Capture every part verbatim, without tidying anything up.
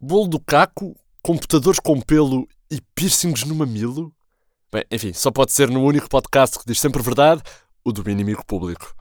Bolo do caco, computadores com pelo e piercings no mamilo? Bem, enfim, só pode ser no único podcast que diz sempre a verdade, o do inimigo público.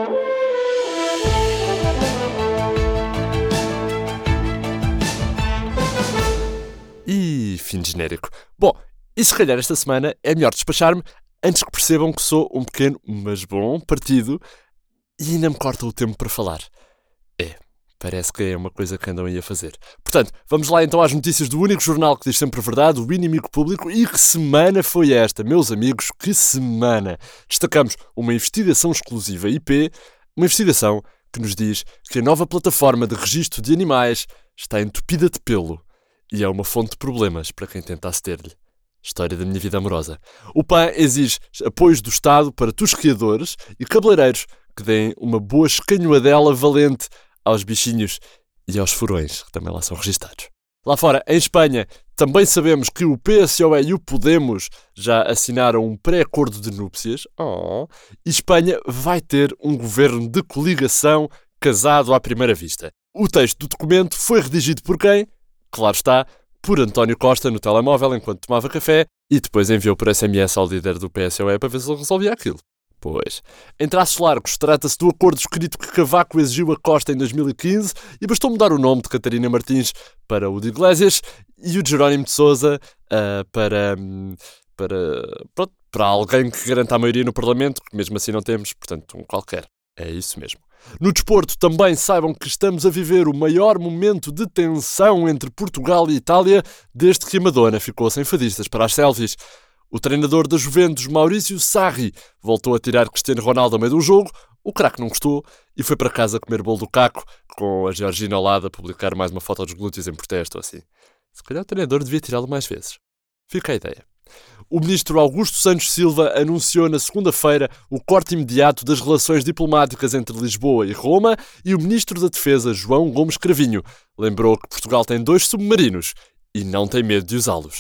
E fim de genérico. Bom, e se calhar esta semana é melhor despachar-me antes que percebam que sou um pequeno, mas bom partido e ainda me corta o tempo para falar. É, parece que é uma coisa que andam aí a fazer. Portanto, vamos lá então às notícias do único jornal que diz sempre a verdade, o inimigo público. E que semana foi esta, meus amigos? Que semana! Destacamos uma investigação exclusiva I P, uma investigação que nos diz que a nova plataforma de registro de animais está entupida de pelo e é uma fonte de problemas para quem tenta aceder-lhe. História da minha vida amorosa. O P A N exige apoios do Estado para tosquiadores e cabeleireiros que deem uma boa escanhoadela valente aos bichinhos e aos furões, que também lá são registados. Lá fora, em Espanha, também sabemos que o P S O E e o Podemos já assinaram um pré-acordo de núpcias. Oh, e Espanha vai ter um governo de coligação casado à primeira vista. O texto do documento foi redigido por quem? Claro está, por António Costa no telemóvel enquanto tomava café e depois enviou por S M S ao líder do P S O E para ver se ele resolvia aquilo. Pois, em traços largos, trata-se do acordo escrito que Cavaco exigiu a Costa em dois mil e quinze e bastou mudar o nome de Catarina Martins para o de Iglesias e o de Jerónimo de Sousa uh, para, para, pronto, para alguém que garanta a maioria no Parlamento, que mesmo assim não temos, portanto, um qualquer. É isso mesmo. No desporto, também saibam que estamos a viver o maior momento de tensão entre Portugal e Itália desde que a Madonna ficou sem fadistas para as selfies. O treinador da Juventus, Maurício Sarri, voltou a tirar Cristiano Ronaldo ao meio do jogo, o craque não gostou e foi para casa comer bolo do caco, com a Georgina ao lado a publicar mais uma foto dos glúteos em protesto, assim. Se calhar o treinador devia tirá-lo mais vezes. Fica a ideia. O ministro Augusto Santos Silva anunciou na segunda-feira o corte imediato das relações diplomáticas entre Lisboa e Roma e o ministro da Defesa, João Gomes Cravinho, lembrou que Portugal tem dois submarinos e não tem medo de usá-los.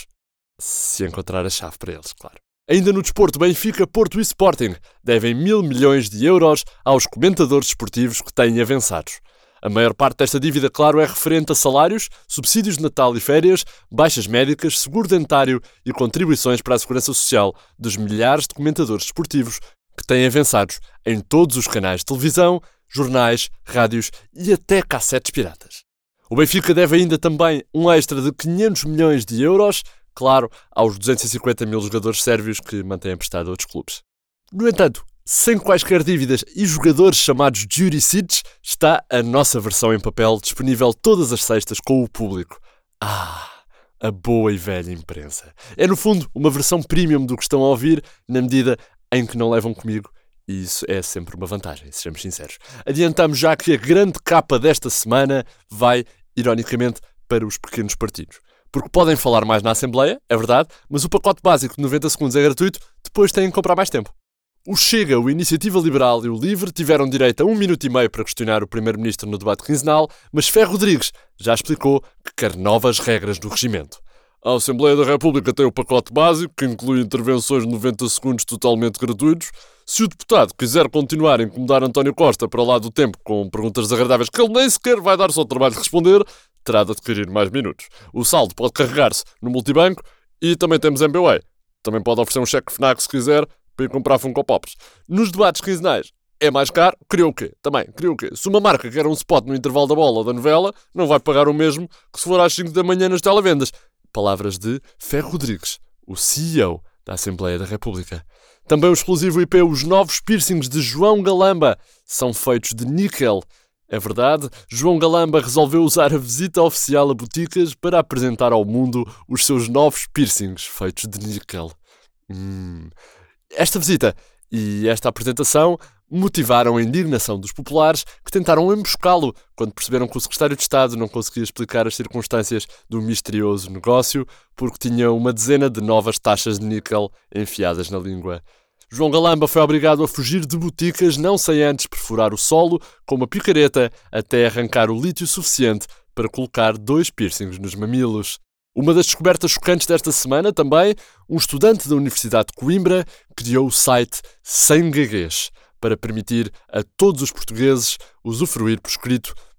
Se encontrar a chave para eles, claro. Ainda no desporto, Benfica, Porto e Sporting devem mil milhões de euros aos comentadores desportivos que têm avançados. A maior parte desta dívida, claro, é referente a salários, subsídios de Natal e férias, baixas médicas, seguro dentário e contribuições para a segurança social dos milhares de comentadores desportivos que têm avançados em todos os canais de televisão, jornais, rádios e até cassetes piratas. O Benfica deve ainda também um extra de quinhentos milhões de euros, claro, aos duzentos e cinquenta mil jogadores sérvios que mantêm emprestado a outros clubes. No entanto, sem quaisquer dívidas e jogadores chamados Juricic, está a nossa versão em papel disponível todas as sextas com o público. Ah, a boa e velha imprensa. É no fundo uma versão premium do que estão a ouvir, na medida em que não levam comigo, e isso é sempre uma vantagem, sejamos sinceros. Adiantamos já que a grande capa desta semana vai, ironicamente, para os pequenos partidos. Porque podem falar mais na Assembleia, é verdade, mas o pacote básico de noventa segundos é gratuito, depois têm que comprar mais tempo. O Chega, o Iniciativa Liberal e o Livre tiveram direito a um minuto e meio para questionar o Primeiro-Ministro no debate quinzenal, mas Ferro Rodrigues já explicou que quer novas regras do regimento. A Assembleia da República tem o pacote básico, que inclui intervenções de noventa segundos totalmente gratuitos. Se o deputado quiser continuar a incomodar António Costa para lá do tempo com perguntas desagradáveis que ele nem sequer vai dar-se ao trabalho de responder, terá de adquirir mais minutos. O saldo pode carregar-se no multibanco e também temos M B W A. Também pode oferecer um cheque FNAC se quiser para ir comprar Funko Pops. Nos debates quinzenais é mais caro, criou o quê? Também, criou o quê? Se uma marca quer um spot no intervalo da bola ou da novela, não vai pagar o mesmo que se for às cinco da manhã nas televendas. Palavras de Ferro Rodrigues, o C E O da Assembleia da República. Também o exclusivo I P, os novos piercings de João Galamba são feitos de níquel. É verdade, João Galamba resolveu usar a visita oficial a boticas para apresentar ao mundo os seus novos piercings feitos de níquel. Hum... Esta visita e esta apresentação motivaram a indignação dos populares que tentaram emboscá-lo quando perceberam que o secretário de Estado não conseguia explicar as circunstâncias do misterioso negócio porque tinha uma dezena de novas taxas de níquel enfiadas na língua. João Galamba foi obrigado a fugir de boticas não sem antes perfurar o solo com uma picareta até arrancar o lítio suficiente para colocar dois piercings nos mamilos. Uma das descobertas chocantes desta semana também, um estudante da Universidade de Coimbra criou o site Sem Gaguez para permitir a todos os portugueses usufruir por escrito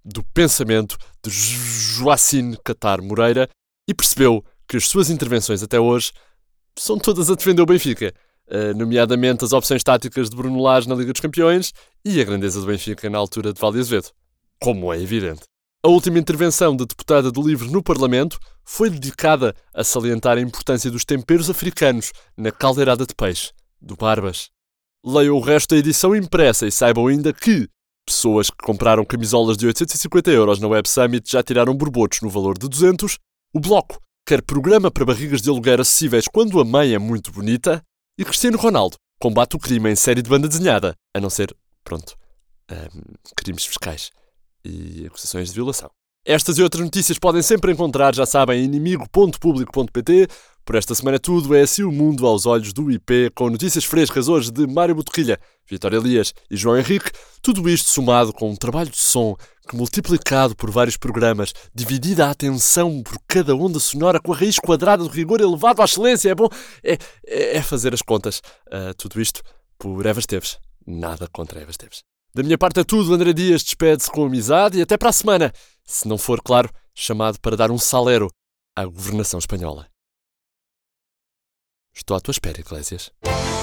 do pensamento de Joacine Catar Moreira e percebeu que as suas intervenções até hoje são todas a defender o Benfica, nomeadamente as opções táticas de Bruno Lage na Liga dos Campeões e a grandeza do Benfica na altura de Valde Azevedo, como é evidente. A última intervenção da deputada do LIVRE no Parlamento foi dedicada a salientar a importância dos temperos africanos na caldeirada de peixe, do Barbas. Leiam o resto da edição impressa e saibam ainda que pessoas que compraram camisolas de oitocentos e cinquenta euros na Web Summit já tiraram borbotos no valor de duzentos. O Bloco quer programa para barrigas de aluguer acessíveis quando a mãe é muito bonita. E Cristiano Ronaldo combate o crime em série de banda desenhada, a não ser, pronto, um, crimes fiscais e acusações de violação. Estas e outras notícias podem sempre encontrar, já sabem, em inimigo ponto público ponto pt. Por esta semana é tudo, é assim o mundo aos olhos do I P, com notícias frescas hoje de Mário Botorrilha, Vitória Elias e João Henrique. Tudo isto somado com um trabalho de som que, multiplicado por vários programas, dividida a atenção por cada onda sonora com a raiz quadrada do rigor elevado à excelência, é bom, é, é, é fazer as contas. Uh, tudo isto por Eva Esteves. Nada contra Eva Esteves. Da minha parte é tudo, André Dias despede-se com amizade e até para a semana, se não for, claro, chamado para dar um salero à governação espanhola. Estou à tua espera, Iglesias.